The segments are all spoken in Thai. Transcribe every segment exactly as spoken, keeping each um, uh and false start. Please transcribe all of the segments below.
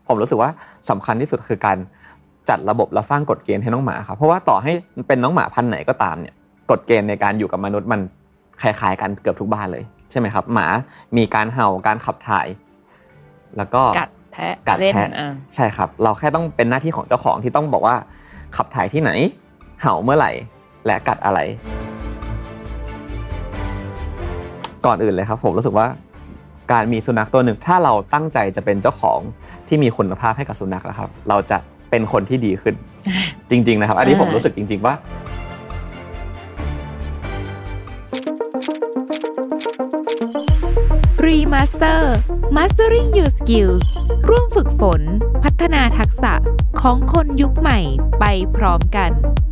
ผมรู้สึกว่าสำคัญที่สุดคือการจัดระบบและสร้างกฎเกณฑ์ให้น้องหมาครับเพราะว่าต่อให้เป็นน้องหมาพันธุ์ไหนก็ตามเนี่ยกฎเกณฑ์ในการอยู่กับมนุษย์มันคล้ายๆกันเกือบทุกบ้านเลยใช่ไหมครับหมามีการเห่าการขับถ่ายแล้วก็กัดแทะกัดแทะใช่ครับเราแค่ต้องเป็นหน้าที่ของเจ้าของที่ต้องบอกว่าขับถ่ายที่ไหนเห่าเมื่อไหร่และกัดอะไรก่อนอื่นเลยครับผมรู้สึกว่าการมีสุนัขตัวหนึ่งถ้าเราตั้งใจจะเป็นเจ้าของที่มีคุณภาพให้กับสุนัขนะครับเราจะเป็นคนที่ดีขึ้นจริงๆนะครับอันนี้ผมรู้สึกจริงๆว่า Remaster Mastering Your Skills ร่วมฝึกฝนพัฒนาทักษะของคนยุคใหม่ไปพร้อมกัน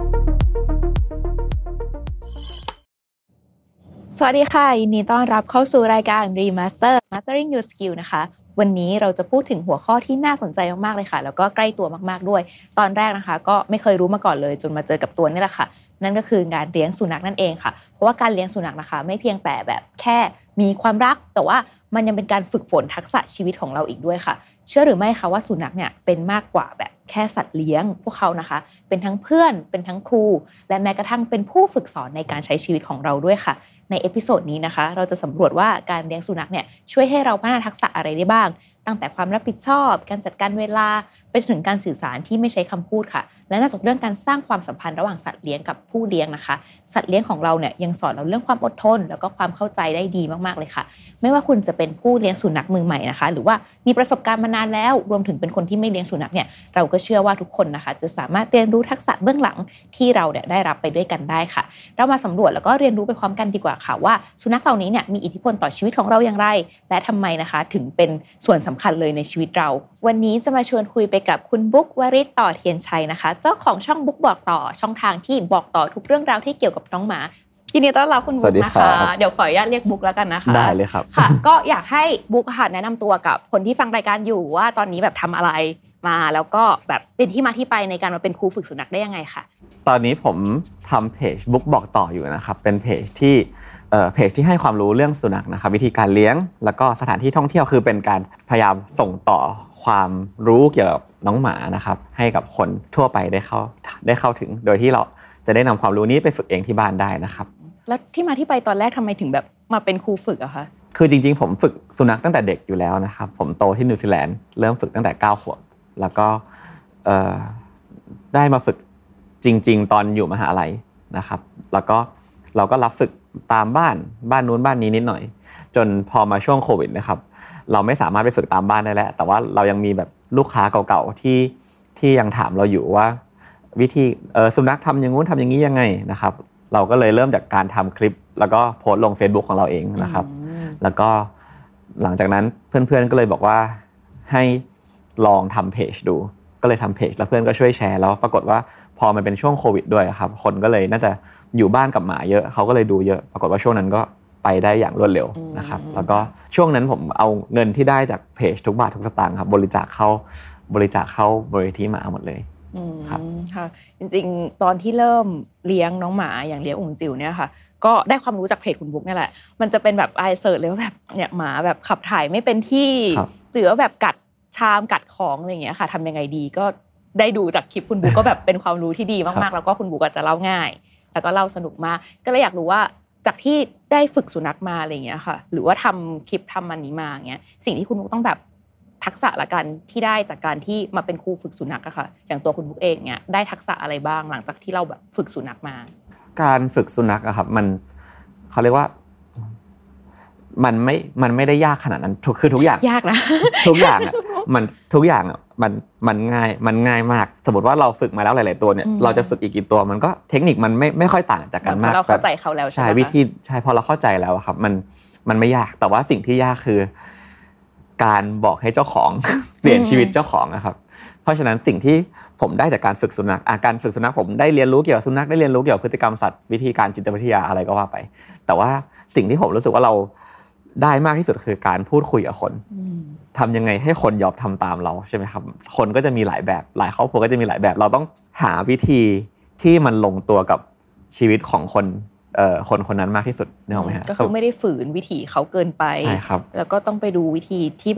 สวัสดีค่ะยินดีต้อนรับเข้าสู่รายการ Remaster Mastering Your Skills นะคะวันนี้เราจะพูดถึงหัวข้อที่น่าสนใจมากๆเลยค่ะแล้วก็ใกล้ตัวมากๆด้วยตอนแรกนะคะก็ไม่เคยรู้มาก่อนเลยจนมาเจอกับตัวนี่แหละค่ะนั่นก็คือการเลี้ยงสุนัขนั่นเองค่ะเพราะว่าการเลี้ยงสุนัขนะคะไม่เพียงแต่แบบแค่มีความรักแต่ว่ามันยังเป็นการฝึกฝนทักษะชีวิตของเราอีกด้วยค่ะเชื่อหรือไม่คะว่าสุนัขเนี่ยเป็นมากกว่าแบบแค่สัตว์เลี้ยงพวกเขานะคะเป็นทั้งเพื่อนเป็นทั้งครูและแม้กระทั่งเป็นผู้ฝึกสอนในการใช้ชีวิตของเราด้วยค่ะในเอพิโซดนี้นะคะเราจะสำรวจว่าการเลี้ยงสุนัขเนี่ยช่วยให้เราพัฒนาทักษะอะไรได้บ้างตั้งแต่ความรับผิดชอบการจัดการเวลาไปจนถึงการสื่อสารที่ไม่ใช้คำพูดค่ะและนอกจากเรื่องการสร้างความสัมพันธ์ระหว่างสัตว์เลี้ยงกับผู้เลี้ยงนะคะสัตว์เลี้ยงของเราเนี่ยยังสอนเราเรื่องความอดทนแล้วก็ความเข้าใจได้ดีมากๆเลยค่ะไม่ว่าคุณจะเป็นผู้เลี้ยงสุนัขมือใหม่นะคะหรือว่ามีประสบการณ์มานานแล้วรวมถึงเป็นคนที่ไม่เลี้ยงสุนัขเนี่ยเราก็เชื่อว่าทุกคนนะคะจะสามารถเรียนรู้ทักษะเบื้องหลังที่เราเนี่ยได้รับไปด้วยกันได้ค่ะเรามาสำรวจแล้วก็เรียนรู้ไปพร้อมกันดีกว่าค่ะว่าสุนัขเหล่านี้เนี่ยมีอิทธิพลต่อชีวิตของเราอย่างไรและทำไมนะคะถึงเป็นส่วนสำคัญเลยในชีวิตเราวันนี้จะมาชวนคุยไปกับคุณบุ๊กวริศต่อเทียนชัยนะคะเจ้าของช่องบุ๊กบอกต่อช่องทางที่บอกต่อทุกเรื่องราวที่เกี่ยวกับน้องหมายินดีต้อนรับคุณบุ๊กนะคะเดี๋ยวขออนุญาตเรียกบุ๊กแล้วกันนะคะได้เลยครับค่ะก็อยากให้บุ๊กค่ะแนะนำตัวกับคนที่ฟังรายการอยู่ว่าตอนนี้แบบทำอะไรมาแล้วก็แบบเป็นที่มาที่ไปในการมาเป็นครูฝึกสุนัขได้ยังไงค่ะตอนนี้ผมทำเพจบุ๊กบอกต่ออยู่นะครับเป็นเพจที่เอ่อเพจที่ให้ความรู้เรื่องสุนัขนะครับวิธีการเลี้ยงแล้วก็สถานที่ท่องเที่ยวคือเป็นการพยายามส่งต่อความรู้เกี่ยวกับน้องหมานะครับให้กับคนทั่วไปได้เข้าได้เข้าถึงโดยที่เราจะได้นำความรู้นี้ไปฝึกเองที่บ้านได้นะครับแล้วที่มาที่ไปตอนแรกทำไมถึงแบบมาเป็นครูฝึกอะคะคือจริงๆผมฝึกสุนัขตั้งแต่เด็กอยู่แล้วนะครับผมโตที่นิวซีแลนด์เริ่มฝึกตั้งแต่เก้าขวบแล้วก็เอ่อได้มาฝึกจริงๆตอนอยู่มหาลัยนะครับแล้วก็เราก็รับฝึกตามบ้านบ้านนู้นบ้านนี้นิดหน่อยจนพอมาช่วงโควิดนะครับเราไม่สามารถไปฝึกตามบ้านได้แล้วแต่ว่าเรายังมีแบบลูกค้าเก่าๆที่ที่ยังถามเราอยู่ว่าวิธีเอ่อสุนัขทำอย่างงู้นทำอย่างนี้ยังไงนะครับเราก็เลยเริ่มจากการทำคลิปแล้วก็โพสต์ลง Facebook ของเราเองนะครับแล้วก็หลังจากนั้นเพื่อนๆก็เลยบอกว่าให้ลองทำเพจดูก็เลยทำเพจแล้วเพื่อนก็ช่วยแชร์แล้วปรากฏว่าพอมันเป็นช่วงโควิดด้วยครับคนก็เลยน่าจะอยู่บ้านกับหมาเยอะเขาก็เลยดูเยอะปรากฏว่าช่วงนั้นก็ไปได้อย่างรวดเร็วนะครับแล้วก็ช่วงนั้นผมเอาเงินที่ได้จากเพจทุกบาททุกสตางค์ครับบริจาคเข้าบริจาคเข้าบริษัทหมาหมดเลยครับค่ะจริงๆตอนที่เริ่มเลี้ยงน้องหมาอย่างเลี้ยงอุ๋งจิ๋วเนี่ยค่ะก็ได้ความรู้จากเพจคุณบุ๊กนี่แหละมันจะเป็นแบบไอเสิร์ชเลยว่าแบบเนี่ยหมาแบบขับถ่ายไม่เป็นที่หรือว่าแบบกัดชามกัดของอะไรอย่างเงี้ยค่ะทำยังไงดีก็ได้ดูจากคลิปคุณบุ๊กก็แบบเป็นความรู้ที่ดีมากๆแล้วก็คุณบุ๊กจะเล่าง่ายแล้วก็เล่าสนุกมากก็เลยอยากรู้ว่าจากที่ได้ฝึกสุนัขมาอะไรอย่างเงี้ยค่ะหรือว่าทำคลิปทำมันนี้มาอย่างเงี้ยสิ่งที่คุณบุ๊กต้องแบบทักษะละกันที่ได้จากการที่มาเป็นครูฝึกสุนัขอะค่ะอย่างตัวคุณบุ๊กเองเนี่ยได้ทักษะอะไรบ้างหลังจากที่เราแบบฝึกสุนัขมาการฝึกสุนัขอะครับมันเขาเรียกว่ามันไม่มันไม่ได้ยากขนาดนั้นคือทุกอย่างยากนะทุกอย่างอ่ะมันทุกอย่างอ่ะมันมันง่ายมันง่ายมากสมมติว่าเราฝึกมาแล้วหลายๆตัวเนี่ยเราจะฝึกอีกกี่ตัวมันก็เทคนิคมันไม่ไม่ค่อยต่างจากกันมากเราเข้าใจเขาแล้วใช่ใช่วิธีใช่พอเราเข้าใจแล้วครับมันมันไม่ยากแต่ว่าสิ่งที่ยากคือการบอกให้เจ้าของเปลี่ยนชีวิตเจ้าของนะครับเพราะฉะนั้นสิ่งที่ผมได้จากการฝึกสุนัขอาการฝึกสุนัขผมได้เรียนรู้เกี่ยวกับสุนัขได้เรียนรู้เกี่ยวกับพฤติกรรมสัตว์วิธีการจิตวิทยาอะไรก็ว่าไปแต่ว่าสิ่งที่ผมรู้สึกว่าเราได้มากที่สุดคือการพูดคุยกับคนทำยังไงให้คนยอมทำตามเราใช่ไหมครับคนก็จะมีหลายแบบหลายครอบครัวก็จะมีหลายแบบเราต้องหาวิธีที่มันลงตัวกับชีวิตของคนเอ่อคนคนนั้นมากที่สุดนึกออกไหมฮะก็คือไม่ได้ฝืนวิถีเขาเกินไปใช่ครับแล้วก็ต้องไปดูวิธีที่แบบ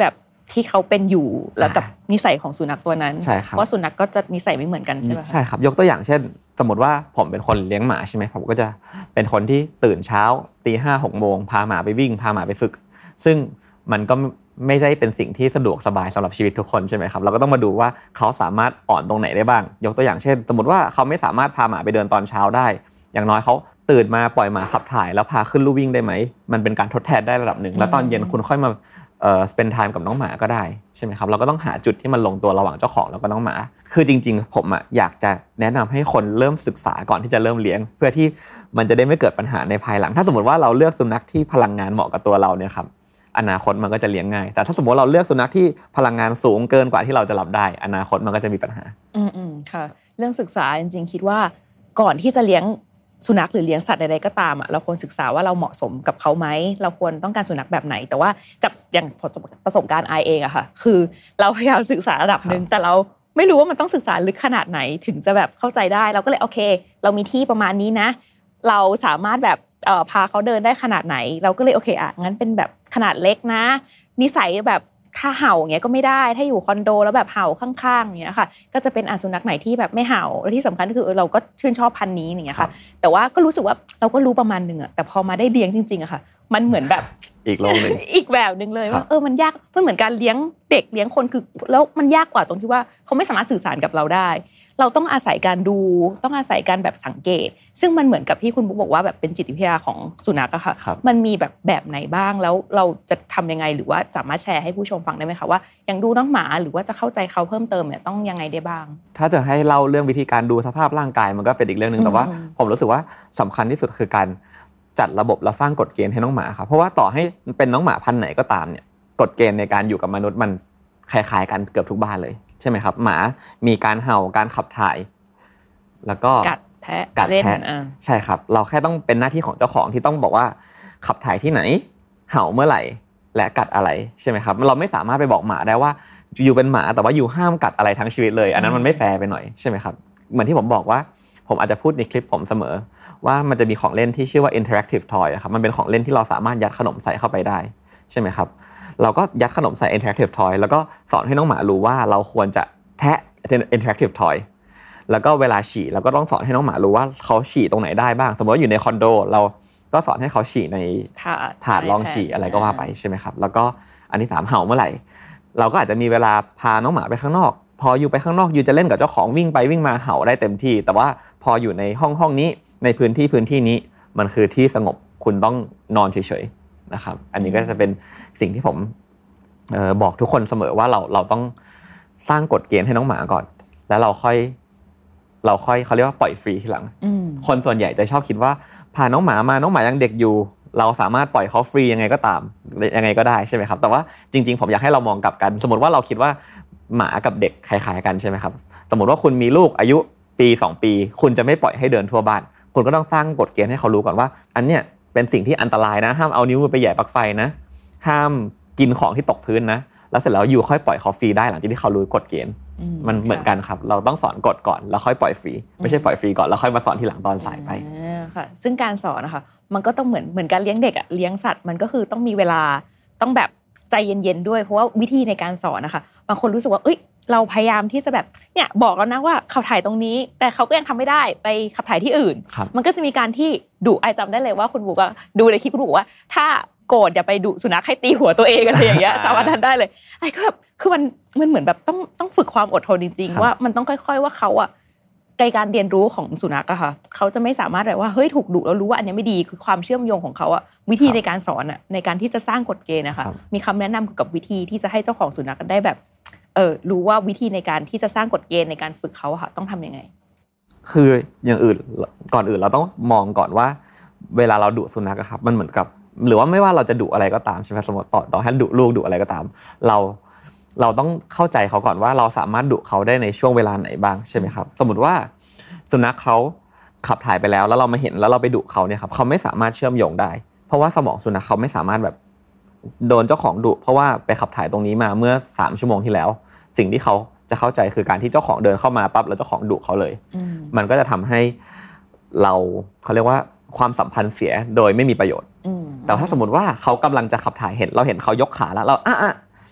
ที่เขาเป็นอยู่แล้วกับนิสัยของสุนัขตัวนั้นเพราะสุนัขก็จะนิสัยไม่เหมือนกันใช่ไหมใช่ครับยกตัวอย่างเช่นสมมติว่าผมเป็นคนเลี้ยงหมาใช่ไหมผมก็จะเป็นคนที่ตื่นเช้าตีห้าหกโมงพาหมาไปวิ่งพาหมาไปฝึกซึ่งมันก็ไม่ใช่เป็นสิ่งที่สะดวกสบายสำหรับชีวิตทุกคนใช่ไหมครับเราก็ต้องมาดูว่าเขาสามารถอ่อนตรงไหนได้บ้างยกตัวอย่างเช่นสมมติว่าเขาไม่สามารถพาหมาไปเดินตอนเช้าได้อย่างน้อยเขาตื่นมาปล่อยหมาขับถ่ายแล้วพาขึ้นลู่วิ่งได้ไหมมันเป็นการทดแทนได้ระดับหนึ่งแล้วตอนเย็นคุณค่อยมาเอ่อ spend time กับน้องหมาก็ได้ใช่ไหมครับเราก็ต้องหาจุดที่มันลงตัวระหว่างเจ้าของแล้วก็น้องหมาคือจริงๆผมอ่ะอยากจะแนะนำให้คนเริ่มศึกษาก่อนที่จะเริ่มเลี้ยงเพื่อที่มันจะได้ไม่เกิดปัญหาในภายหลังถ้าสมมติว่าเราเลือกสุนัขที่พลังงานเหมาะกับตัวเราเนี่ยครับอนาคตมันก็จะเลี้ยงง่ายแต่ถ้าสมมติเราเลือกสุนัขที่พลังงานสูงเกินกว่าที่เราจะรับได้อนาคตมันก็จะมีปัญหาอืมๆค่ะเรื่องศึกษาจริงๆคิดว่าก่อนที่จะเลี้ยงสุนัขหรือเลี้ยงสัตว์ใดๆก็ตามอ่ะเราควรศึกษาว่าเราเหมาะสมกับเขาไหมเราควรต้องการสุนัขแบบไหนแต่ว่าจากอย่างประสบการณ์ไอเองอะค่ะคือเราพยายามศึกษาระดับนึงแต่เราไม่รู้ว่ามันต้องศึกษาลึกขนาดไหนถึงจะแบบเข้าใจได้เราก็เลยโอเคเรามีที่ประมาณนี้นะเราสามารถแบบเอ่อพาเขาเดินได้ขนาดไหนเราก็เลยโอเคอ่ะงั้นเป็นแบบขนาดเล็กนะนิสัยแบบถ้าเห่าอย่างเงี้ยก็ไม่ได้ถ้าอยู่คอนโดแล้วแบบเห่าข้างๆอย่างเงี้ยค่ะก็จะเป็นสุนัขไหนที่แบบไม่เห่าและที่สำคัญก็คือเราก็ชื่นชอบพันธุ์นี้อย่างเงี้ยค่ะแต่ว่าก็รู้สึกว่าเราก็รู้ประมาณนึงอ่ะแต่พอมาได้เลี้ยงจริงๆอะค่ะมันเหมือนแบบอีกโลกนึงอีกแบบนึงเลยว่าเออมันยากมันเหมือนการเลี้ยงเด็กเลี้ยงคนคือแล้วมันยากกว่าตรงที่ว่าเขาไม่สามารถสื่อสารกับเราได้เราต้องอาศัยการดูต้องอาศัยการแบบสังเกตซึ่งมันเหมือนกับที่คุณบุ๊กบอกว่าแบบเป็นจิตวิทยาของสุนัขอะค่ะมันมีแบบแบบไหนบ้างแล้วเราจะทำยังไงหรือว่าสามารถแชร์ให้ผู้ชมฟังได้ไหมคะว่าอย่างดูน้องหมาหรือว่าจะเข้าใจเขาเพิ่มเติมเนี่ยต้องยังไงได้บ้างถ้าจะให้เล่าเรื่องวิธีการดูสภาพร่างกายมันก็เป็นอีกเรื่องนึงแต่ว่าผมรู้สึกว่าสำคัญที่สุดคือการจัดระบบและสร้างกฎเกณฑ์ให้น้องหมาครับเพราะว่าต่อให้เป็นน้องหมาพันธุ์ไหนก็ตามเนี่ยกฎเกณฑ์ในการอยู่กับมนุษย์มันคล้ายๆกันเกือบทุกบ้านเลยใช่ไหมครับหมามีการเห่าการขับถ่ายแล้วก็กัดแทะกัดแทะใช่ครับเราแค่ต้องเป็นหน้าที่ของเจ้าของที่ต้องบอกว่าขับถ่ายที่ไหนเห่าเมื่อไหร่และกัดอะไรใช่ไหมครับเราไม่สามารถไปบอกหมาได้ว่าอยู่เป็นหมาแต่ว่าอยู่ห้ามกัดอะไรทั้งชีวิตเลยอันนั้นมันไม่แฟร์ไปหน่อยใช่ไหมครับเหมือนที่ผมบอกว่าผมอาจจะพูดในคลิปผมเสมอว่ามันจะมีของเล่นที่ชื่อว่า interactive toy ครับมันเป็นของเล่นที่เราสามารถยัดขนมใส่เข้าไปได้ใช่ไหมครับเราก็ยัดขนมใส่ interactive toy แล้วก็สอนให้น้องหมารู้ว่าเราควรจะแทะ interactive toy แล้วก็เวลาฉี่เราก็ต้องสอนให้น้องหมารู้ว่าเขาฉี่ตรงไหนได้บ้างสมมติว่าอยู่ในคอนโดเราก็สอนให้เขาฉี่ในถาดรองฉี่อะไรก็ว่าไปใช่ไหมครับแล้วก็อันที่สามเห่าเมื่อไหร่เราก็อาจจะมีเวลาพาน้องหมาไปข้างนอกพออยู่ไปข้างนอกอยู่จะเล่นกับเจ้าของวิ่งไปวิ่งมาเห่าได้เต็มที่แต่ว่าพออยู่ในห้องห้องนี้ในพื้นที่พื้นที่นี้มันคือที่สงบคุณต้องนอนเฉยๆนะครับอันนี้ก็จะเป็นสิ่งที่ผมเอ่อบอกทุกคนเสมอว่าเราเราต้องสร้างกฎเกณฑ์ให้น้องหมาก่อนแล้วเราค่อยเราค่อยเขาเรียกว่าปล่อยฟรีทีหลังคนส่วนใหญ่จะชอบคิดว่าพาน้องหมามาน้องหมายังเด็กอยู่เราสามารถปล่อยเขาฟรียังไงก็ตามยังไงก็ได้ใช่ไหมครับแต่ว่าจริงๆผมอยากให้เรามองกลับกันสมมติว่าเราคิดว่าหมากับเด็กคล้ายๆกันใช่ไหมครับสมมติว่าคุณมีลูกอายุปีสองปีคุณจะไม่ปล่อยให้เดินทั่วบ้านคุณก็ต้องสร้างกฎเกณฑ์ให้เขารู้ก่อนว่าอันเนี้ยเป็นสิ่งที่อันตรายนะห้ามเอานิ้วมือไปแหย่ปลั๊กไฟนะห้ามกินของที่ตกพื้นนะแล้วเสร็จแล้วอยู่ค่อยปล่อยเขาฟรีได้หลังจากที่เขารู้กฎเกณฑ์มันเหมือนกันครับเราต้องสอนกฎก่อนแล้วค่อยปล่อยฟรีไม่ใช่ปล่อยฟรีก่อนแล้วค่อยมาสอนทีหลังตอนสายไปค่ะซึ่งการสอนนะคะมันก็ต้องเหมือนเหมือนการเลี้ยงเด็กอ่ะเลี้ยงสัตว์มันก็คือต้องมีเวลาต้องแบบใจเย็นๆด้วยเพราะว่าวิธีในการสอนนะคะบางคนรู้สึกว่าเอ้ยเราพยายามที่จะแบบเนี่ยบอกแล้วนะว่าขับถ่ายตรงนี้แต่เขาก็ยังทำไม่ได้ไปขับถ่ายที่อื่นมันก็จะมีการที่ดุไอจำได้เลยว่าคุณบุ๊กก็ดูในคลิปคุณบุ๊กว่าถ้าโกรธอย่าไปดุสุนัขให้ตีหัวตัวเองอะไรอย่างเงี้ยสามารถทำได้เลยไอ้ก็แบบคือมันมันเหมือนแบบต้องต้องฝึกความอดทนจริงๆว่ามันต้องค่อยๆว่าเขาอะในการเรียนรู้ของสุนัขอะค่ะเขาจะไม่สามารถแบบว่าเฮ้ยถูกดุแล้วรู้ว่าอันนี้ไม่ดีคือความเชื่อมโยงของเขาอะวิธีในการสอนอะในการที่จะสร้างกฎเกณฑ์นะคะมีคำแนะนำเกี่ยวกับวิธีที่จะให้เจ้าของสุนัขได้แบบเออรู้ว่าวิธีในการที่จะสร้างกฎเกณฑ์ในการฝึกเขาค่ะต้องทำยังไงคืออย่างอื่นก่อนอื่นเราต้องมองก่อนว่าเวลาเราดุสุนัขอะครับมันเหมือนกับหรือว่าไม่ว่าเราจะดุอะไรก็ตามใช่ไหมสมมติต่อต่อให้ดุลูกดุอะไรก็ตามเราเราต้องเข้าใจเขาก่อนว่าเราสามารถดุเขาได้ในช่วงเวลาไหนบ้างใช่ไหมครับสมมติว่าสุนัขเขาขับถ่ายไปแล้วแล้วเรามาเห็นแล้วเราไปดุเขาเนี่ยครับเขาไม่สามารถเชื่อมโยงได้เพราะว่าสมองสุนัขเขาไม่สามารถแบบโดนเจ้าของดุเพราะว่าไปขับถ่ายตรงนี้มาเมื่อสามชั่วโมงที่แล้วสิ่งที่เขาจะเข้าใจคือการที่เจ้าของเดินเข้ามาปั๊บแล้วเจ้าของดุเขาเลยมันก็จะทำให้เราเขาเรียกว่าความสัมพันธ์เสียโดยไม่มีประโยชน์แต่ถ้าสมมติว่าเขากำลังจะขับถ่ายเห็นเราเห็นเขายกขาแล้วเราอ่ะ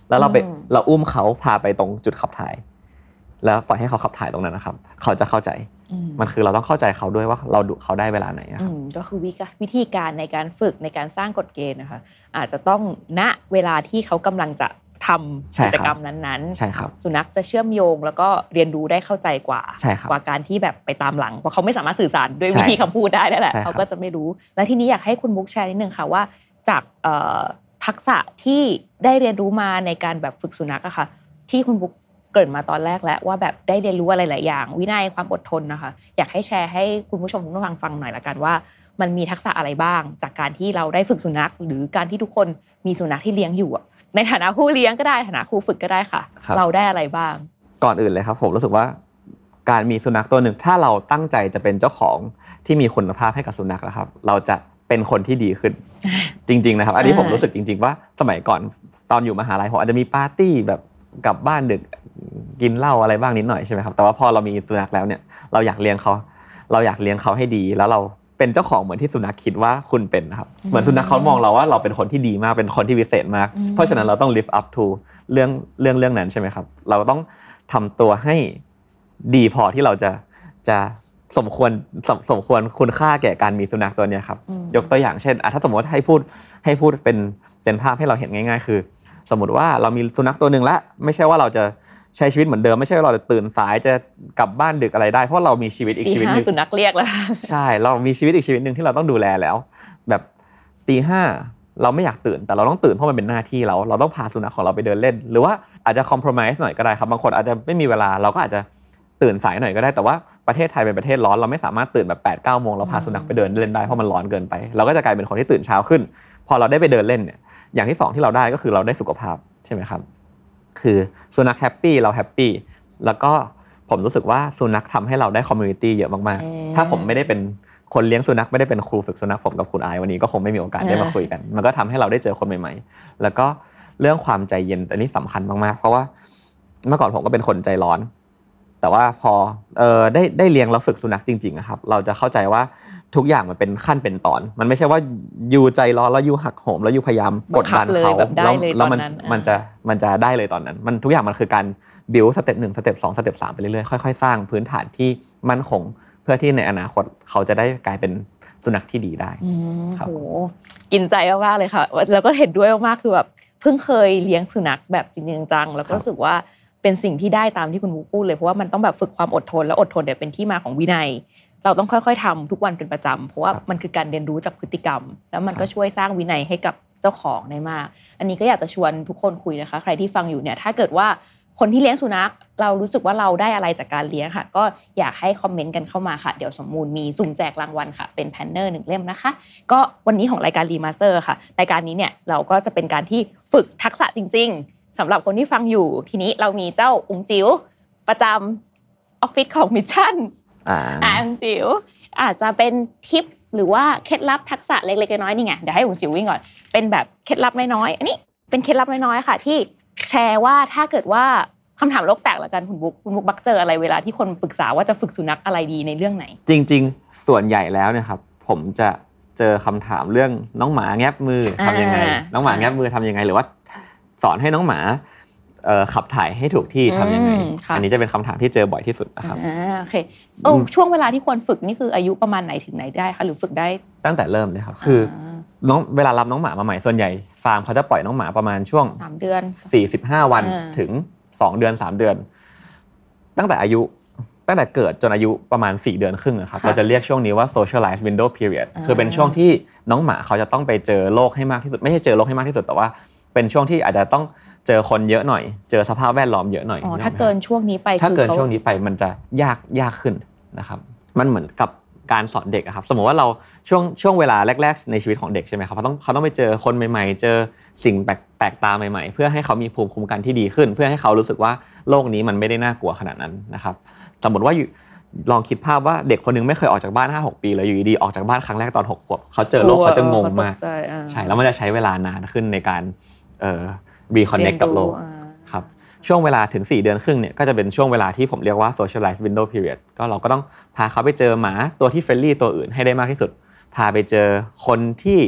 แล้วเราไปเราอุ้มเขาพาไปตรงจุดขับถ่ายแล้วปล่อยให้เขาขับถ่ายตรงนั้นนะครับเขาจะเข้าใจมันคือเราต้องเข้าใจเขาด้วยว่าเราดุเขาได้เวลาไหนนะครับก็คือวิธีการในการฝึกในการสร้างกฎเกณฑ์นะคะอาจจะต้องณเวลาที่เขากำลังจะทำกิจกรรมนั้นๆใช่ครับสุนัขจะเชื่อมโยงแล้วก็เรียนรู้ได้เข้าใจกว่ากว่าการที่แบบไปตามหลังเพราะเขาไม่สามารถสื่อสารด้วยวิธีคำพูดได้นั่นแหละเขาก็จะไม่รู้และทีนี้อยากให้คุณมุกแชร์นิดนึงค่ะว่าจากทักษะที่ได้เรียนรู้มาในการแบบฝึกสุนัขอะค่ะที่คุณมุกเกริ่นมาตอนแรกแล้วว่าแบบได้เรียนรู้อะไรหลายอย่างวินัยความอดทนนะคะอยากให้แชร์ให้คุณผู้ชมคุณผู้ฟังฟังหน่อยละกันว่ามันมีทักษะอะไรบ้างจากการที่เราได้ฝึกสุนัขหรือการที่ทุกคนมีสุนัขที่เลี้ยงอยู่ในฐานะผู้เลี้ยงก็ได้ฐานะครูฝึกก็ได้ค่ะเราได้อะไรบ้างก่อนอื่นเลยครับผมรู้สึกว่าการมีสุนัขตัวหนึ่งถ้าเราตั้งใจจะเป็นเจ้าของที่มีคุณภาพให้กับสุนัขนะครับเราจะเป็นคนที่ดีขึ้น จริงๆนะครับอันนี้ผมรู้สึกจริงๆว่าสมัยก่อนตอนอยู่มหาลัยผมอาจจะมีปาร์ตี้แบบกลับบ้านดึกกินเหล้าอะไรบ้างนิดหน่อยใช่ไหมครับแต่ว่าพอเรามีสุนัขแล้วเนี่ยเราอยากเลี้ยงเขาเราอยากเลี้ยงเขาให้ดีแล้วเราเป็นเจ้าของเหมือนที่สุนัขคิดว่าคุณเป็นนะครับเหมือนสุนัขเขามองเราว่าเราเป็นคนที่ดีมากเป็นคนที่วิเศษมากเพราะฉะนั้นเราต้อง live up to เรื่องเรื่องเรื่องนั้นใช่ไหมครับเราต้องทำตัวให้ดีพอที่เราจะจะสมควรสมสมควรคุณค่าแก่การมีสุนัขตัวนี้ครับยกตัวอย่างเช่นถ้าสมมติให้พูดให้พูดเป็นเป็นภาพให้เราเห็นง่ายๆคือสมมติว่าเรามีสุนัขตัวนึงแล้วไม่ใช่ว่าเราจะใช้ชีวิตเหมือนเดิมไม่ใช่ว่าเราจะตื่นสายจะกลับบ้านดึกอะไรได้เพราะเรามีชีวิตอีกชีวิตนึงสุนัขเรียกแล้วใช่เรามีชีวิตอีกชีวิตนึงที่เราต้องดูแลแล้วแบบตีห้าเราไม่อยากตื่นแต่เราต้องตื่นเพราะมันเป็นหน้าที่เราเราต้องพาสุนัขของเราไปเดินเล่นหรือว่าอาจจะคอมโพรไมซ์หน่อยก็ได้ครับบางคนอาจจะไม่มีเวลาเราก็อาจจะตื่นสายหน่อยก็ได้แต่ว่าประเทศไทยเป็นประเทศร้อนเราไม่สามารถตื่นแบบ แปด เก้า โมงเราพาสุนัขไปเดินเล่นได้เพราะมันร้อนเกินไปเราก็จะกลายเป็นคนที่ตื่นเช้าขึ้นพอเราได้ไปเดินเล่นเนี่ยอย่างที่สองที่เราได้ก็คือเราได้สุขภาพใช่ไหมครับคือสุนัขแฮปปี้เราแฮปปี้แล้วก็ผมรู้สึกว่าสุนัขทำให้เราได้คอมมูนิตี้เยอะมากๆถ้าผมไม่ได้เป็นคนเลี้ยงสุนัขไม่ได้เป็นครูฝึกสุนัขผมกับคุณอายวันนี้ก็คงไม่มีโอกาสได้มาคุยกันมันก็ทำให้เราได้เจอคนใหม่ๆแล้วก็เรื่องความใจเย็นอันนี้สำคัญมากๆเพราะว่าเมื่อก่อนผมก็เป็นคนใจร้อนแต่ว่าพอเอ่อได้ได้เลี้ยงแล้วฝึกสุนัขจริงๆนะครับเราจะเข้าใจว่าทุกอย่างมันเป็นขั้นเป็นตอนมันไม่ใช่ว่ายูใจร้อนแล้วยูหักโหมแล้วยูพยายามกดดันเขาแล้วแล้วมันมันจะมันจะได้เลยตอนนั้นมันทุกอย่างมันคือการบิวสเต็ปหนึ่งสเต็ปสองสเต็ปสามไปเรื่อยๆค่อยๆสร้างพื้นฐานที่มั่นคงเพื่อที่ในอนาคตเขาจะได้กลายเป็นสุนัขที่ดีได้ครับโหกินใจมากๆเลยค่ะแล้วก็เห็นด้วยมากๆคือแบบเพิ่งเคยเลี้ยงสุนัขแบบจริงๆจังแล้วก็รู้สึกว่าเป็นสิ่งที่ได้ตามที่คุณมุกพูดเลยเพราะว่ามันต้องแบบฝึกความอดทนแล้วอดทนเนี่ยเป็นที่มาของวินัยเราต้องค่อยๆทำทุกวันเป็นประจำเพราะว่ามันคือการเรียนรู้จากพฤติกรรมแล้วมันก็ช่วยสร้างวินัยให้กับเจ้าของได้มากอันนี้ก็อยากจะชวนทุกคนคุยนะคะใครที่ฟังอยู่เนี่ยถ้าเกิดว่าคนที่เลี้ยงสุนัขเรารู้สึกว่าเราได้อะไรจากการเลี้ยงค่ะก็อยากให้คอมเมนต์กันเข้ามาค่ะเดี๋ยวสมมูลมีสุ่มแจกรางวัลค่ะเป็นแพนเนอร์หนึ่งเล่มนะคะก็วันนี้ของรายการรีมาสเตอร์ค่ะรายการนี้เนี่ยเราก็จะเป็นการที่ฝึกทักษะจริงๆสำหรับคนที่ฟังอยู่ทีนี้เรามีเจ้าอุ๋งจิ๋วประจำออฟฟิศของมิชชั่นอ่าอุ๋งจิ๋วอาจจะเป็นทิปหรือว่าเคล็ดลับทักษะเล็กๆน้อยๆนี่ไงเดี๋ยวให้อุ๋งจิ๋ววิ่งก่อนเป็นแบบเคล็ดลับน้อยๆอันนี้เป็นเคล็ดลับน้อยๆค่ะที่แชร์ว่าถ้าเกิดว่าคำถามโลกแตกละกันคุณบุ๊กคุณบุ๊กบักเจออะไรเวลาที่คนปรึกษาว่าจะฝึกสุนัขอะไรดีในเรื่องไหนจริงๆส่วนใหญ่แล้วเนี่ยครับผมจะเจอคำถามเรื่องน้องหมาแงบมือทำยังไงน้องหมาแงบมือทำยังไงหรือว่าสอนให้น้องหมาเอ่อขับถ่ายให้ถูกที่ทำยังไงอันนี้จะเป็นคำถามที่เจอบ่อยที่สุดนะครับอ่าโอเคโอ้ช่วงเวลาที่ควรฝึกนี่คืออายุประมาณไหนถึงไหนได้คะหรือฝึกได้ตั้งแต่เริ่มเลยครับคือน้องเวลารับน้องหมามาใหม่ส่วนใหญ่ฟาร์มเขาจะปล่อยน้องหมาประมาณช่วงสามเดือนสี่สิบห้าวันถึงสองเดือนสามเดือนตั้งแต่อายุตั้งแต่เกิดจนอายุประมาณสี่เดือนครึ่งนะครับเราจะเรียกช่วงนี้ว่า socialized window period คือเป็นช่วงที่น้องหมาเขาจะต้องไปเจอโลกให้มากที่สุดไม่ใช่เจอโลกให้มากที่สุดแต่ว่าเป็นช่วงที่อาจจะต้องเจอคนเยอะหน่อยเจอสภาพแวดล้อมเยอะหน่อยอ๋อถ้าเกินช่วงนี้ไปถ้าเกินช่วงนี้ไปมันจะยากยากขึ้นนะครับมันเหมือนกับการสอนเด็กครับสมมติว่าเราช่วงช่วงเวลาแรกๆในชีวิตของเด็กใช่ไหมครับเขาต้องเขาต้องไปเจอคนใหม่ๆเจอสิ่งแปลกแปลกตาใหม่ๆเพื่อให้เขามีภูมิคุ้มกันที่ดีขึ้นเพื่อให้เขารู้สึกว่าโลกนี้มันไม่ได้น่ากลัวขนาดนั้นนะครับสมมติว่าลองคิดภาพว่าเด็กคนนึงไม่เคยออกจากบ้าน ห้าหก ปีเลยอยู่ดีๆออกจากบ้านครั้งแรกตอนหกขวบเขาเจอโลกเขาจะงงมากใช่แล้วมันจะใช้เวลานานขึ้นในการเอ่อreconnect กับโลกครับช่วงเวลาถึงสี่เดือนครึ่งเนี่ยก็จะเป็นช่วงเวลาที่ผมเรียกว่า socialized window period ก็เราก็ต้องพาเขาไปเจอหมาตัวที่เฟรนลี่ตัวอื่นให้ได้มากที่สุดพาไปเจอคนที่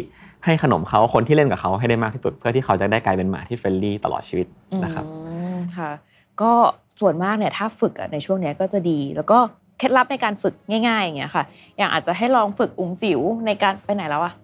ให้ขนมเขาคนที่เล่นกับเขาให้ได้มากที่สุดเพื่อที่เขาจะได้กลายเป็นหมาที่เฟรนลี่ตลอดชีวิตนะครับค่ะก็ส่วนมากเนี่ยถ้าฝึกในช่วงนี้ก็จะดีแล้วก็เคล็ดลับในการฝึกง่ายๆอย่างเงี้ยค่ะอย่างอาจจะให้ลองฝึกอุ๋งจิ๋วในการไปไหนแล้วอะ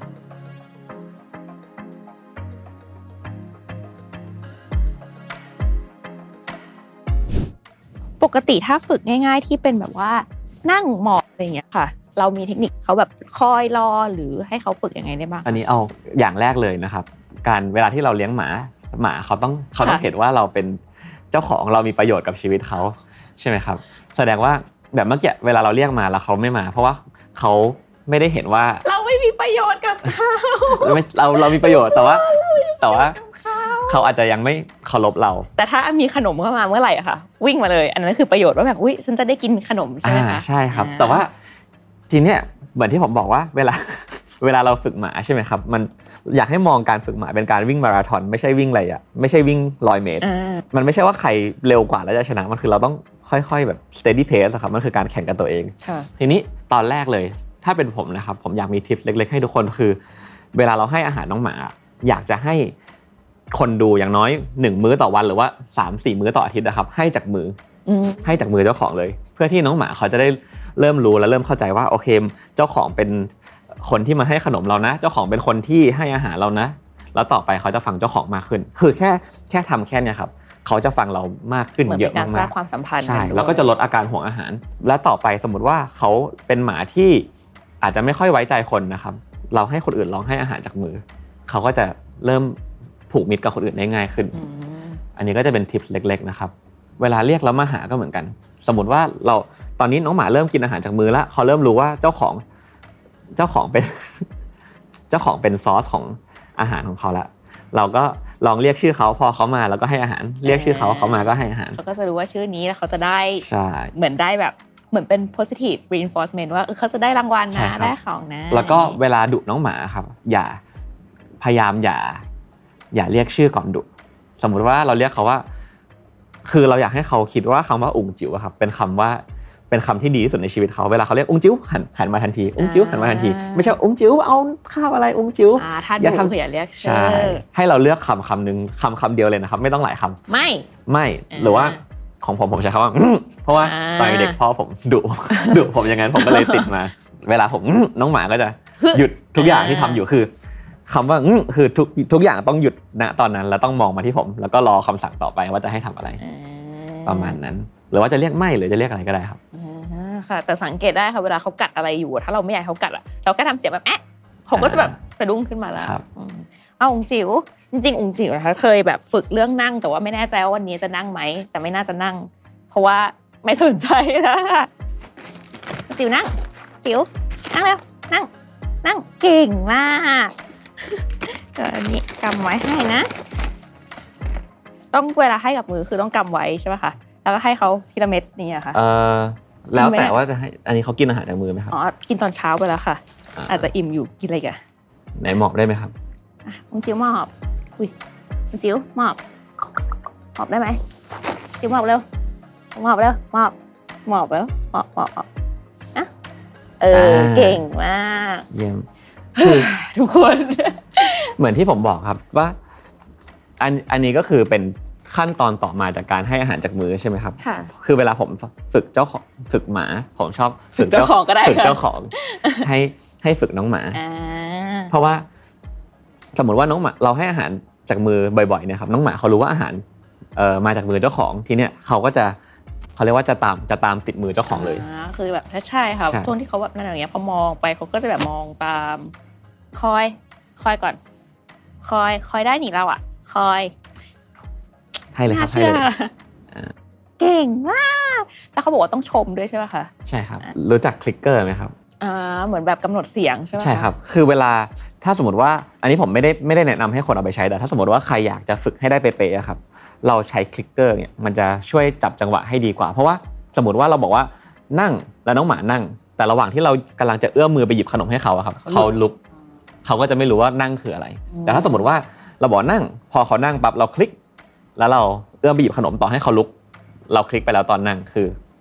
ปกติถ้าฝึกง่ายๆที่เป็นแบบว่านั่งหมอบอะไรอย่างเงี้ยค่ะเรามีเทคนิคเขาแบบคอยรอหรือให้เขาฝึกยังไงได้บ้างอันนี้เอาอย่างแรกเลยนะครับการเวลาที่เราเลี้ยงหมาหมาเขาต้องเขาต้องเห็นว่าเราเป็นเจ้าของเรามีประโยชน์กับชีวิตเขาใช่ไหมครับแสดงว่าแบบเมื่อกี้เวลาเราเรียกมาแล้วเขาไม่มาเพราะว่าเขาไม่ได้เห็นว่าเราไม่มีประโยชน์กับเขาเราเรามีประโยชน์แต่ว่าแต่ว่าเขาอาจจะยังไม่เคารพเราแต่ถ้ามีขนมเข้ามาเมื่อไหร่อะค่ะวิ่งมาเลยอันนั้นคือประโยชน์ว่าแบบอุ๊ยฉันจะได้กินขนมใช่ไหมคะใช่ครับแต่ว่าทีเนี้ยเหมือนที่ผมบอกว่าเวลาเวลาเราฝึกหมาใช่ไหมครับมันอยากให้มองการฝึกหมาเป็นการวิ่งมาราธอนไม่ใช่วิ่งอะไรอ่ะไม่ใช่วิ่งร้อยเมตรมันไม่ใช่ว่าใครเร็วกว่าแล้วจะชนะมันคือเราต้องค่อยๆแบบ steady pace ครับมันคือการแข่งกันตัวเองทีนี้ตอนแรกเลยถ้าเป็นผมนะครับผมอยากมีทิปเล็กๆให้ทุกคนคือเวลาเราให้อาหารน้องหมาอยากจะให้คนดูอย่างน้อยหนึ่งมื้อต่อวันหรือว่า สามถึงสี่ มื้อต่ออาทิตย์นะครับให้จากมือให้จากมือเจ้าของเลยเพื่อที่น้องหมาเขาจะได้เริ่มรู้และเริ่มเข้าใจว่าโอเคเจ้าของเป็นคนที่มาให้ขนมเรานะเจ้าของเป็นคนที่ให้อาหารเรานะแล้วต่อไปเขาจะฟังเจ้าของมากขึ้นคือแค่แค่ทำแค่นี้ครับเขาจะฟังเรามากขึ้นเยอะมากๆเหมือนเป็นการสร้างความสัมพันธ์ใช่แล้วก็จะลดอาการห่วงอาหารและต่อไปสมมติว่าเขาเป็นหมาที่อาจจะไม่ค่อยไว้ใจคนนะครับเราให้คนอื่นลองให้อาหารจากมือเขาก็จะเริ่มผูกมิตรกับคนอื่นได้ง่ายขึ้นอันนี้ก็จะเป็นทิปเล็กๆนะครับเวลาเรียกแล้วมาหาก็เหมือนกันสมมติว่าเราตอนนี้น้องหมาเริ่มกินอาหารจากมือแล้วเขาเริ่มรู้ว่าเจ้าของเจ้าของเป็น เจ้าของเป็นซอสของอาหารของเขาแล้วเราก็ลองเรียกชื่อเขาพอเขามาแล้วก็ให้อาหารเรียกชื่อเขาเขามาก็ให้อาหารเขาก็จะรู้ว่าชื่อนี้แล้วเขาจะได้เหมือนได้แบบเหมือนเป็น positive reinforcement ว่าเขาจะได้รางวัลนะได้ของนะแล้วก็เวลาดุน้องหมาครับอย่าพยายามอย่าอย่าเรียกชื่อก่อนดุสมมุติว่าเราเรียกเขาว่าคือเราอยากให้เขาคิดว่าคำว่าอุ๋งจิ๋วครับเป็นคำว่าเป็นคำที่ดีที่สุดในชีวิตเขาเวลาเขาเรียกอุ๋งจิ๋วหันหันมาทันทีอุ๋งจิ๋วหันมาทันทีไม่ใช่อุ๋งจิ๋วเอาข้าวอะไรอุ๋งจิ๋วอย่าทำอย่าเรียกชื่อให้เราเลือกคำคำนึงคำคำเดียวเลยนะครับไม่ต้องหลายคำไม่ไม่หรือว่าของผมผมใช้คำว่าเพราะว่าตอนเด็กพ่อผมดุดุผมอย่างนั้นผมก็เลยติดมาเวลาผมน้องหมาก็จะหยุดทุกอย่างที่ทำอยู่คือคำว่าคือทุกทุกอย่างต้องหยุดณตอนนั้นแล้วต้องมองมาที่ผมแล้วก็รอคำสั่งต่อไปว่าจะให้ทำอะไรประมาณนั้นหรือว่าจะเรียกไม่หรือจะเรียกอะไรก็ได้ครับค่ะแต่สังเกตได้ค่ะเวลาเขากัดอะไรอยู่ถ้าเราไม่อยากเขากัดอ่ะเราก็ทำเสียงแบบแอะเขาก็จะแบบสะดุ้งขึ้นมาแล้วเอาอุ๋งจิ๋วจริงๆอุ๋งจิ๋วนะคะเคยแบบฝึกเรื่องนั่งแต่ว่าไม่แน่ใจว่าวันนี้จะนั่งไหมแต่ไม่น่าจะนั่งเพราะว่าไม่สนใจนะจิ๋วนั่งจิ๋วนั่งเร็วนั่งนั่งเก่งมากอันนี้กำไว้ให้นะต้องเวลาให้กับมือคือต้องกำไว้ใช่ป่ะคะแล้วก็ให้เขาทีละเม็ดนี่อะค่ะเออแล้วแต่ว่าจะให้อันนี้เขากินอาหารจากมือไหมครับอ๋อกินตอนเช้าไปแล้วค่ะอาจจะอิ่มอยู่กินอะไรกันไหนหมอบได้ไหมครับอ่ะอุ๋งจิ๋วหมอบอุ้ยอุ๋งจิ๋วหมอบหมอบได้ไหมจิ๋วหมอบเร็วหมอบเร็วหมอบหมอบเร็วหมอบหมอบนะเออเก่งมากเยี่ยมทุกคนเหมือนที่ผมบอกครับว่าอันอันนี้ก็คือเป็นขั้นตอนต่อมาจากการให้อาหารจากมือใช่ไหมครับค่ะคือเวลาผมฝึกเจ้าของฝึกหมาผมชอบฝึกเจ้าของก็ได้ฝึกเจ้าของให้ให้ฝึกน้องหมาเพราะว่าสมมติว่าน้องหมาเราให้อาหารจากมือบ่อยๆเนี่ยครับน้องหมาเขารู้ว่าอาหารเอ่อมาจากมือเจ้าของทีเนี้ยเขาก็จะเขาเรียกว่าจะตามจะตามติดมือเจ้าของเลยอ่าคือแบบใช่ค่ะช่วงที่เขาแบบนั่นอย่างเงี้ยพอมองไปเขาก็จะแบบมองตามคอยคอยก่อนคอยคอยได้หนีเราอ่ะคอยให้เลยครับให้เลยเก่งมากแล้วเขาบอกว่าต้องชมด้วยใช่ป่ะคะใช่ครับรู้จักคลิกเกอร์ไหมครับอ่าเหมือนแบบกำหนดเสียงใช่ไหมใช่ครับคือเวลาถ้าสมมติว่าอันนี้ผมไม่ได้ไม่ได้แนะนำให้คนเอาไปใช้แต่ถ้าสมมติว่าใครอยากจะฝึกให้ได้เป๊ะๆครับเราใช้คลิกเกอร์เนี่ยมันจะช่วยจับจังหวะให้ดีกว่าเพราะว่าสมมติว่าเราบอกว่านั่งแล้วน้องหมานั่งแต่ระหว่างที่เรากำลังจะเอื้อมมือไปหยิบขนมให้เขาครับเขาลุกเขาก็จะไม่รู้ว่านั่งคืออะไรแต่ถ้าสมมติว่าเราบอกนั่งพอเขานั่งปั๊บเราคลิกแล้วเราเอื้อมไปหยิบขนมต่อให้เขาลุกเราคลิกไปแล้วตอนนั่งคือ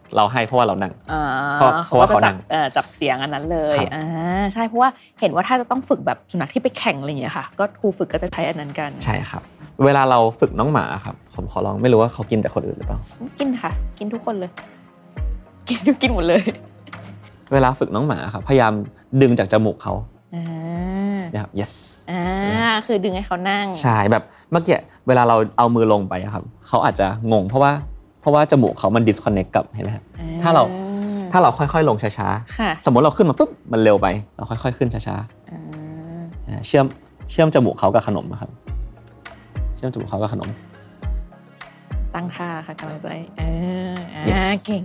เราให้เพราะว่าเรานั่งอ่าเพราะเพราะว่าเขานั่งเอ่อจับเสียงอันนั้นเลยอ่าใช่เพราะว่าเห็นว่าถ้าจะต้องฝึกแบบสุนัขที่ไปแข่งอะไรอย่างเงี้ยค่ะก็ครูฝึกก็จะใช้อันนั้นกันใช่ครับเวลาเราฝึกน้องหมาครับผมขอลองไม่รู้ว่าเขากินแต่คนอื่นหรือเปล่ากินค่ะกินทุกคนเลยกินกินหมดเลยเวลาฝึกน้องหมาครับพยายามดึงจากจมูกเขาอ่านะครับ yes อ่าคือดึงให้เขานั่งใช่แบบเมื่อกี้เวลาเราเอามือลงไปครับเขาอาจจะงงเพราะว่าเพราะว่าจมูกเขามัน disconnect กับเห็นไหมครับถ้าเราถ้าเราค่อยๆลงช้าๆสมมติเราขึ้นมาปุ๊บมันเร็วไปเราค่อยๆขึ้นช้าๆเชื่อมเชื่อมจมูกเขากับขนมครับเชื่อมจมูกเขากับขนมตั้งท่าค่ะกำลังใจเอออ่าเก่ง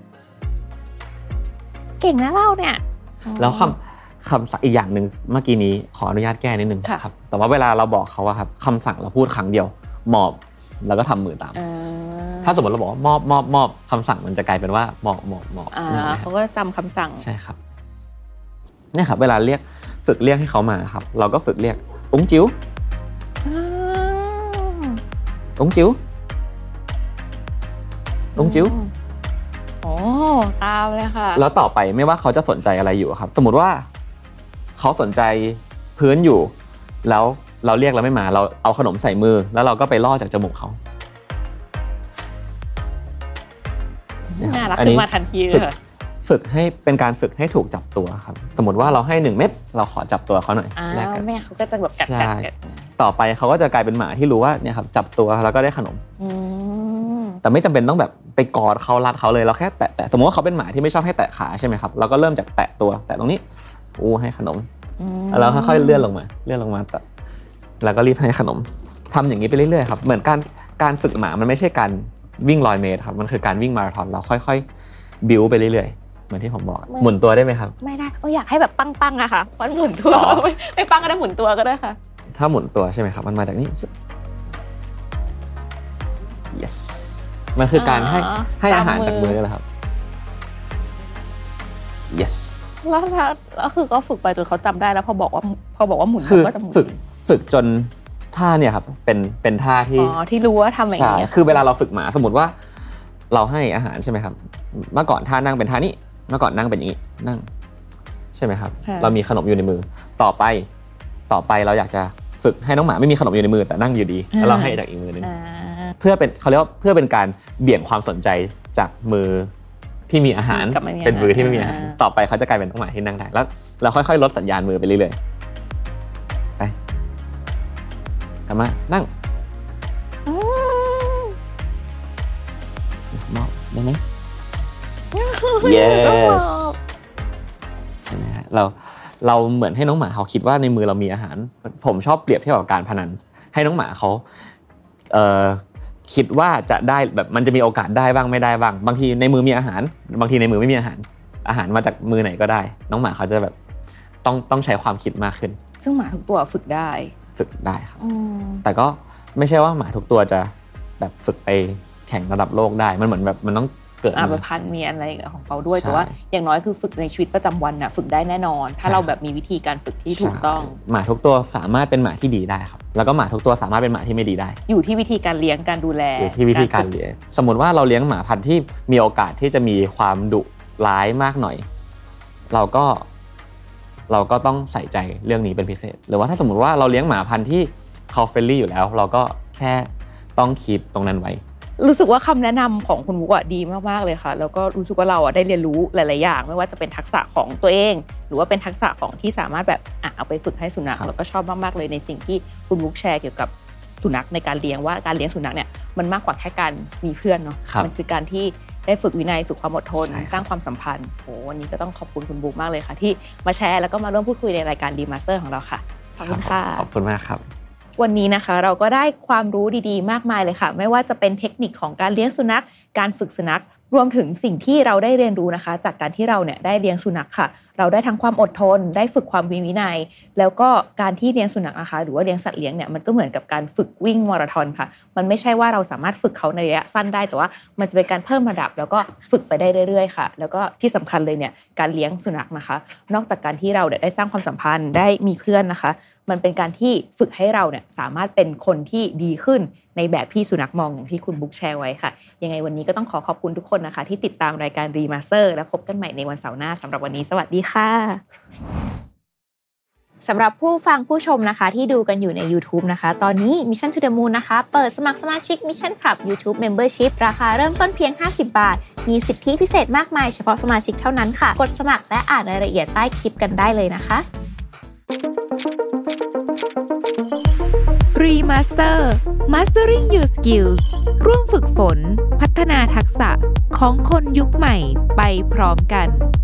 เก่งนะเราเนี่ยแล้วคำคำสั่งอีกอย่างนึงเมื่อกี้นี้ขออนุญาตแก้นิดนึงครับแต่ว่าเวลาเราบอกเขาว่าครับคำสั่งเราพูดครั้งเดียวมอบแล้วก็ทำมือตามถ้าสมมติเราบอกว่ามอบมอบมอบคำสั่งมันจะกลายเป็นว่ามอบมอบมอบเขาก็จำคำสั่งใช่ครับเนี่ยครับเวลาเรียกฝึกเรียกให้เขามาครับเราก็ฝึกเรียกอุ้งจิ๋วอุ้งจิ๋วอุ้งจิ๋วโอ้ตามเลยค่ะแล้วต่อไปไม่ว่าเขาจะสนใจอะไรอยู่ครับสมมติว่าเขาสนใจพื้นอยู่แล้วเราเรียกแล้วไม่มาเราเอาขนมใส่มือแล้วเราก็ไปล่อจากจมูกเขาน่ารักขึ้นมาทันทีเลยฝึกให้เป็นการฝึกให้ถูกจับตัวครับสมมติว่าเราให้หนึ่งเม็ดเราขอจับตัวเขาหน่อยแรกกันแม่เขาก็จะแบบกัดกัดต่อไปเขาก็จะกลายเป็นหมาที่รู้ว่าเนี่ยครับจับตัวแล้วก็ได้ขนมแต่ไม่จำเป็นต้องแบบไปกอดเขารัดเขาเลยเราแค่แตะแต่สมมติว่าเขาเป็นหมาที่ไม่ชอบให้แตะขาใช่ไหมครับเราก็เริ่มจากแตะตัวแตะตรงนี้อู้ให้ขนมแล้วค่อยๆเลื่อนลงมาเลื่อนลงมาแต่แล้วก็รีบให้ขนมทำอย่างนี้ไปเรื่อยๆครับเหมือนการการฝึกหมามันไม่ใช่การวิ่งร้อยเมตรครับมันคือการวิ่งมาราธอนเราค่อยๆบิ้วไปเรื่อยๆเหมือนที่ผมบอกหมุนตัวได้ไหมครับไม่ได้อยากให้แบบปังๆอะค่ะเพราะหมุนตัวไม่ปังก็ได้หมุนตัวก็ได้ค่ะถ้าหมุนตัวใช่ไหมครับมันมาจากนี้ yes มันคือการให้ให้อาหารจากมือนี่แหละครับ yes แล้วแล้วคือก็ฝึกไปจนเขาจำได้แล้วพอบอกว่าพอบอกว่าหมุนก็จะหมุนฝึกฝึกจนท่าเนี่ยครับเป็นเป็นท่าที่อ๋อที่รู้ว่าทำอย่างนี้คือเวลาเราฝึกหมาสมมติว่าเราให้อาหารใช่ไหมครับเมื่อก่อนท่านั่งเป็นท่านี้เมื่อก่อนนั่งเป็นอย่างนี้นั่งใช่ไหมครับเรามีขนมอยู่ในมือต่อไปต่อไปเราอยากจะฝึกให้น้องหมาไม่มีขนมอยู่ในมือแต่นั่งอยู่ดีแล้วเราให้จากอีกมือนึงเพื่อเป็นเขาเรียกว่าเพื่อเป็นการเบี่ยงความสนใจจากมือที่มีอาหารเป็นมือที่ไม่มีอาหารต่อไปเขาจะกลายเป็นน้องหมาที่นั่งได้แล้วเราค่อยๆลดสัญญาณมือไปเรื่อยๆไปกลับมานั่งมอบได้ไหม yes เห็นไหมฮะเราเราเหมือนให้น้องหมาเขาคิดว่าในมือเรามีอาหารผมชอบเปรียบเทียบกับการพนันให้น้องหมาเขาเอ่อคิดว่าจะได้แบบมันจะมีโอกาสได้บ้างไม่ได้บ้างบางทีในมือมีอาหารบางทีในมือไม่มีอาหารอาหารมาจากมือไหนก็ได้น้องหมาเขาจะแบบต้องต้องใช้ความคิดมากขึ้นซึ่งหมาทุกตัวฝึกได้ฝึกได้ครับแต่ก็ไม่ใช่ว่าหมาทุกตัวจะแบบฝึกไปแข่งระดับโลกได้มันเหมือนแบบมันต้องเกิดมาพันธุ์มีอะไรของเขาด้วยแต่ว่าอย่างน้อยคือฝึกในชีวิตประจำวันน่ะฝึกได้แน่นอนถ้าเราแบบมีวิธีการฝึกที่ถูกต้องหมาทุกตัวสามารถเป็นหมาที่ดีได้ครับแล้วก็หมาทุกตัวสามารถเป็นหมาที่ไม่ดีได้อยู่ที่วิธีการเลี้ยงการดูแลอยู่ที่วิธีการเลี้ยงสมมติว่าเราเลี้ยงหมาพันธุ์ที่มีโอกาสที่จะมีความดุร้ายมากหน่อยเราก็เราก็ต้องใส่ใจเรื่องนี้เป็นพิเศษหรือว่าถ้าสมมติว่าเราเลี้ยงหมาพันธุ์ที่เขาเฟรนลี่อยู่แล้วเราก็แค่ต้องคีปตรงนั้นไว้รู้สึกว่าคำแนะนำของคุณบุ๊กอ่ะดีมากๆเลยค่ะแล้วก็รู้สึกว่าเราอ่ะได้เรียนรู้หลายๆอย่างไม่ว่าจะเป็นทักษะของตัวเองหรือว่าเป็นทักษะของที่สามารถแบบอ่ะเอาไปฝึกให้สุนัขแล้วก็ชอบมากๆเลยในสิ่งที่คุณบุ๊กแชร์เกี่ยวกับสุนัขในการเลี้ยงว่าการเลี้ยงสุนัขเนี่ยมันมากกว่าแค่การมีเพื่อนเนาะมันคือการที่ได้ฝึกวินัยฝึกความอดทนสร้างความสัมพันธ์โอ้วันนี้ก็ต้องขอบคุณคุณบุ๊กมากเลยค่ะที่มาแชร์แล้วก็มาร่วมพูดคุยในรายการ Remaster ของเราค่ะขอบคุณค่ะขอบคุณมากครับวันนี้นะคะเราก็ได้ความรู้ดีๆมากมายเลยค่ะไม่ว่าจะเป็นเทคนิคของการเลี้ยงสุนัขการฝึกสุนัขรวมถึงสิ่งที่เราได้เรียนรู้นะคะจากการที่เราเนี่ยได้เลี้ยงสุนัขค่ะเราได้ทั้งความอดทนได้ฝึกความมีวินัยแล้วก็การที่เลี้ยงสุนัขนะคะหรือว่าเลี้ยงสัตว์เลี้ยงเนี่ยมันก็เหมือนกับการฝึกวิ่งมาราธอนค่ะมันไม่ใช่ว่าเราสามารถฝึกเขาในระยะสั้นได้แต่ว่ามันจะเป็นการเพิ่มระดับแล้วก็ฝึกไปได้เรื่อยๆค่ะแล้วก็ที่สำคัญเลยเนี่ยการเลี้ยงสุนัขนะคะนอกจากการที่เราได้สร้างความสัมพันธ์ได้มีเพื่อนนะคะมันเป็นการที่ฝึกให้เราเนี่ยสามารถเป็นคนที่ดีขึ้นในแบบที่สุนัขมองอย่างที่คุณบุ๊กแชร์ไว้ค่ะยังไงวันนี้ก็ต้องขอขอบคุณทุกคนนะคะที่ติดตามรายการ Remaster และพบกันใหม่ในวันเสาร์หน้าสำหรับวันนี้สวัสดีค่ะสำหรับผู้ฟังผู้ชมนะคะที่ดูกันอยู่ใน YouTube นะคะตอนนี้ Mission to the Moon นะคะเปิดสมัครสมาชิก Mission Club YouTube Membership ราคาเริ่มต้นเพียงห้าสิบบาทมีสิทธิพิเศษมากมายเฉพาะสมาชิกเท่านั้นค่ะกดสมัครและอ่านรายละเอียดใต้คลิปกันได้เลยนะคะ Remaster Mastering Your Skills ร่วมฝึกฝนพัฒนาทักษะของคนยุคใหม่ไปพร้อมกัน